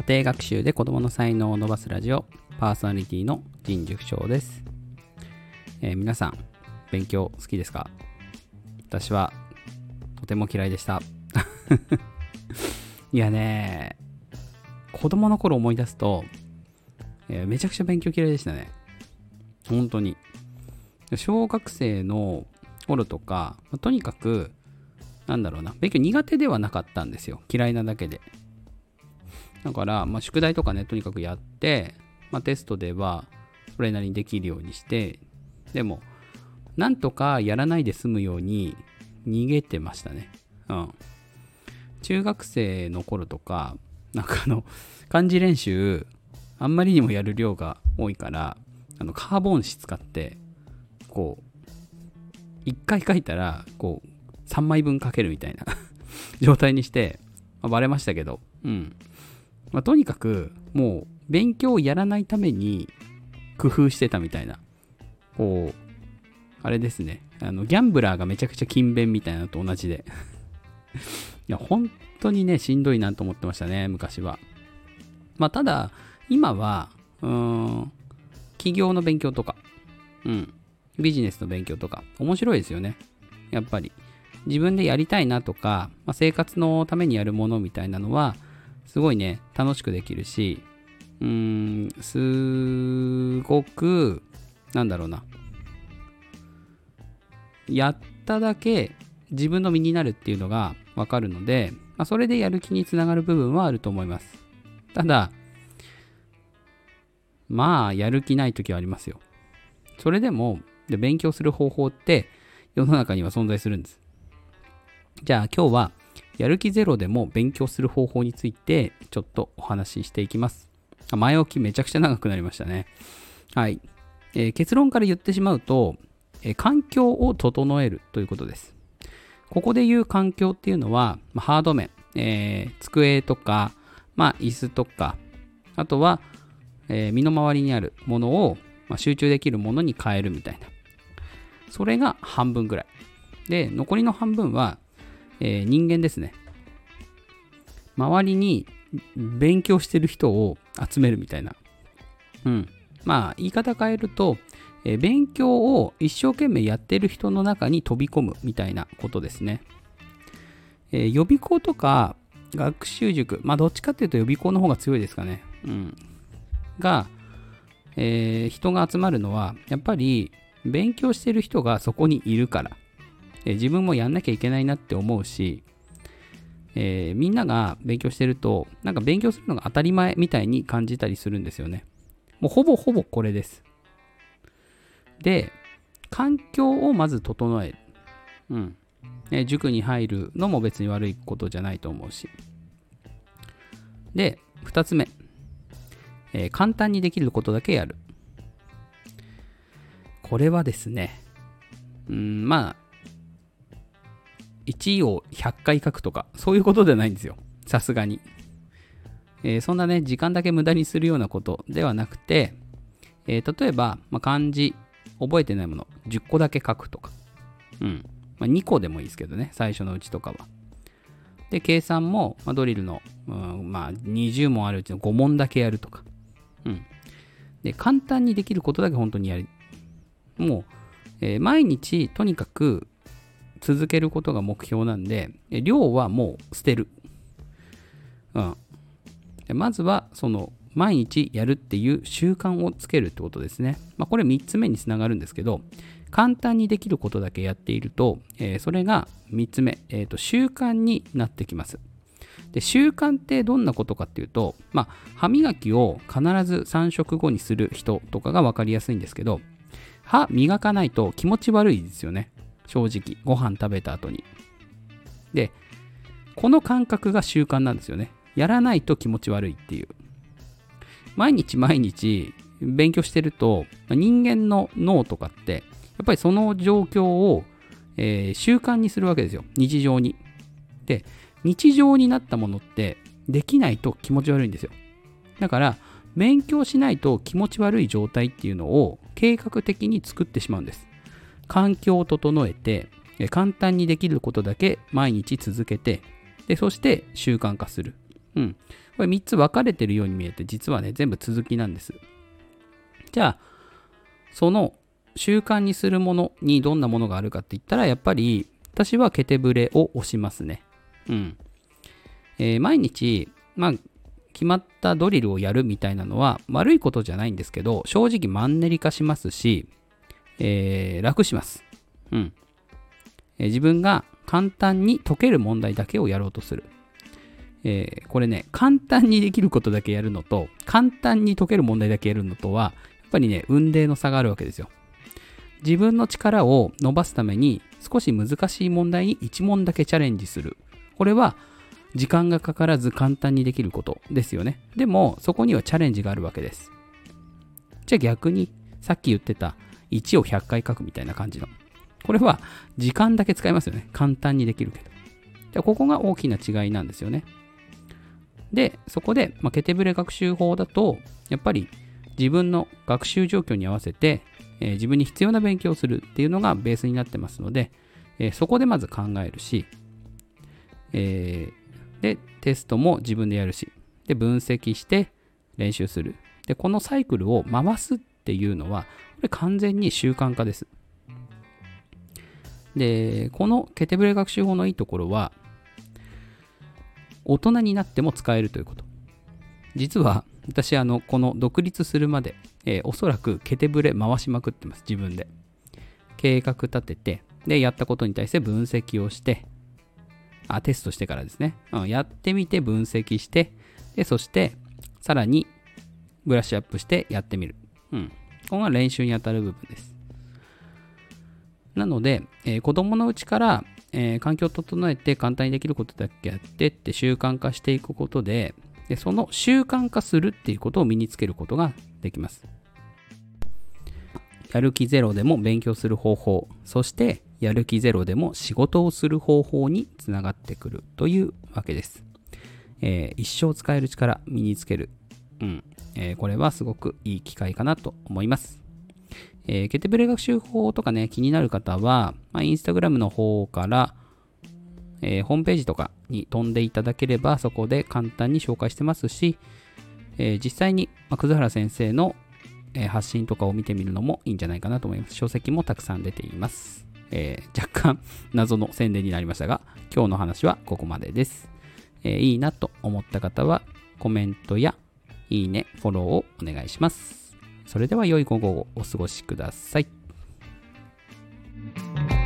庭学習で子どもの才能を伸ばすラジオ、パーソナリティの陣塾長です。皆さん勉強好きですか？私はとても嫌いでしたいやね、子供の頃思い出すと、めちゃくちゃ勉強嫌いでしたね。本当に小学生の頃とか、とにかく勉強苦手ではなかったんですよ。嫌いなだけで。だから、宿題とかね、とにかくやって、テストではそれなりにできるようにして、でもなんとかやらないで済むように逃げてましたね。中学生の頃とか、漢字練習あんまりにもやる量が多いから、カーボン紙使って1回書いたら3枚分書けるみたいな状態にして、バレましたけど、とにかくもう勉強をやらないために工夫してたみたいな、あれですね、ギャンブラーがめちゃくちゃ勤勉みたいなのと同じでいや本当にね、しんどいなと思ってましたね、昔は。ただ今は企業の勉強とか、ビジネスの勉強とか面白いですよね。やっぱり自分でやりたいなとか、生活のためにやるものみたいなのはすごいね、楽しくできるし、すごくやっただけ自分の身になるっていうのがわかるので、それでやる気につながる部分はあると思います。ただやる気ない時はありますよ。それでも勉強する方法って世の中には存在するんです。じゃあ今日はやる気ゼロでも勉強する方法についてちょっとお話ししていきます。前置きめちゃくちゃ長くなりましたね。はい。結論から言ってしまうと、環境を整えるということです。ここで言う環境っていうのは、ハード面、机とか、椅子とか、あとは、身の回りにあるものを、集中できるものに変えるみたいな。それが半分ぐらい。で、残りの半分は、人間ですね。周りに勉強してる人を集めるみたいな。言い方変えると、勉強を一生懸命やってる人の中に飛び込むみたいなことですね。予備校とか学習塾、どっちかっていうと予備校の方が強いですかね。人が集まるのはやっぱり勉強してる人がそこにいるから。自分もやんなきゃいけないなって思うし、みんなが勉強してると勉強するのが当たり前みたいに感じたりするんですよね。もうほぼこれです。で、環境をまず整える。塾に入るのも別に悪いことじゃないと思うし。で、2つ目、簡単にできることだけやる。これはですね、1を100回書くとかそういうことではないんですよ、さすがに。そんなね、時間だけ無駄にするようなことではなくて、例えば、漢字覚えてないもの10個だけ書くとか、2個でもいいですけどね、最初のうちとかは。で、計算も、ドリルの、20問あるうちの5問だけやるとか、で、簡単にできることだけ本当にやる。もう、毎日とにかく続けることが目標なんで、量はもう捨てる。でまずはその毎日やるっていう習慣をつけるってことですね。これ3つ目につながるんですけど、簡単にできることだけやっていると、それが3つ目、習慣になってきます。で、習慣ってどんなことかっていうと、歯磨きを必ず3食後にする人とかが分かりやすいんですけど、歯磨かないと気持ち悪いですよね。正直、ご飯食べた後に。で、この感覚が習慣なんですよね。やらないと気持ち悪いっていう。毎日勉強してると、人間の脳とかってやっぱりその状況を、習慣にするわけですよ。日常に。で、日常になったものってできないと気持ち悪いんですよ。だから勉強しないと気持ち悪い状態っていうのを計画的に作ってしまうんです。環境を整えて、簡単にできることだけ毎日続けて、でそして習慣化する。 これ3つ分かれてるように見えて、実はね、全部続きなんです。じゃあ、その習慣にするものにどんなものがあるかって言ったら、やっぱり私はケテブレを押しますね。毎日、決まったドリルをやるみたいなのは悪いことじゃないんですけど、正直マンネリ化しますし、楽します。自分が簡単に解ける問題だけをやろうとする。これね、簡単にできることだけやるのと、簡単に解ける問題だけやるのとは、やっぱりね、運命の差があるわけですよ。自分の力を伸ばすために、少し難しい問題に1問だけチャレンジする。これは、時間がかからず簡単にできることですよね。でも、そこにはチャレンジがあるわけです。じゃあ逆に、さっき言ってた1を100回書くみたいな感じの。これは、時間だけ使いますよね。簡単にできるけど。じゃあここが大きな違いなんですよね。で、そこで、ケテブレ学習法だと、やっぱり自分の学習状況に合わせて、自分に必要な勉強をするっていうのがベースになってますので、そこでまず考えるし、で、テストも自分でやるし、で、分析して練習する。で、このサイクルを回すっていうのは、これ完全に習慣化です。で、このケテブレ学習法のいいところは、大人になっても使えるということ。実は、私、この独立するまで、おそらくケテブレ回しまくってます、自分で。計画立てて、で、やったことに対して分析をして、テストしてからですね。やってみて分析して、で、そして、さらに、ブラッシュアップしてやってみる。ここが練習に当たる部分です。なので、子供のうちから、環境を整えて簡単にできることだけやってって習慣化していくことで、その習慣化するっていうことを身につけることができます。やる気ゼロでも勉強する方法、そしてやる気ゼロでも仕事をする方法につながってくるというわけです。一生使える力身につける。これはすごくいい機会かなと思います。ケテブレ学習法とかね、気になる方は、インスタグラムの方から、ホームページとかに飛んでいただければ、そこで簡単に紹介してますし、実際に、葛原先生の、発信とかを見てみるのもいいんじゃないかなと思います。書籍もたくさん出ています。若干謎の宣伝になりましたが、今日の話はここまでです。いいなと思った方は、コメントやいいね、フォローをお願いします。それでは良い午後をお過ごしください。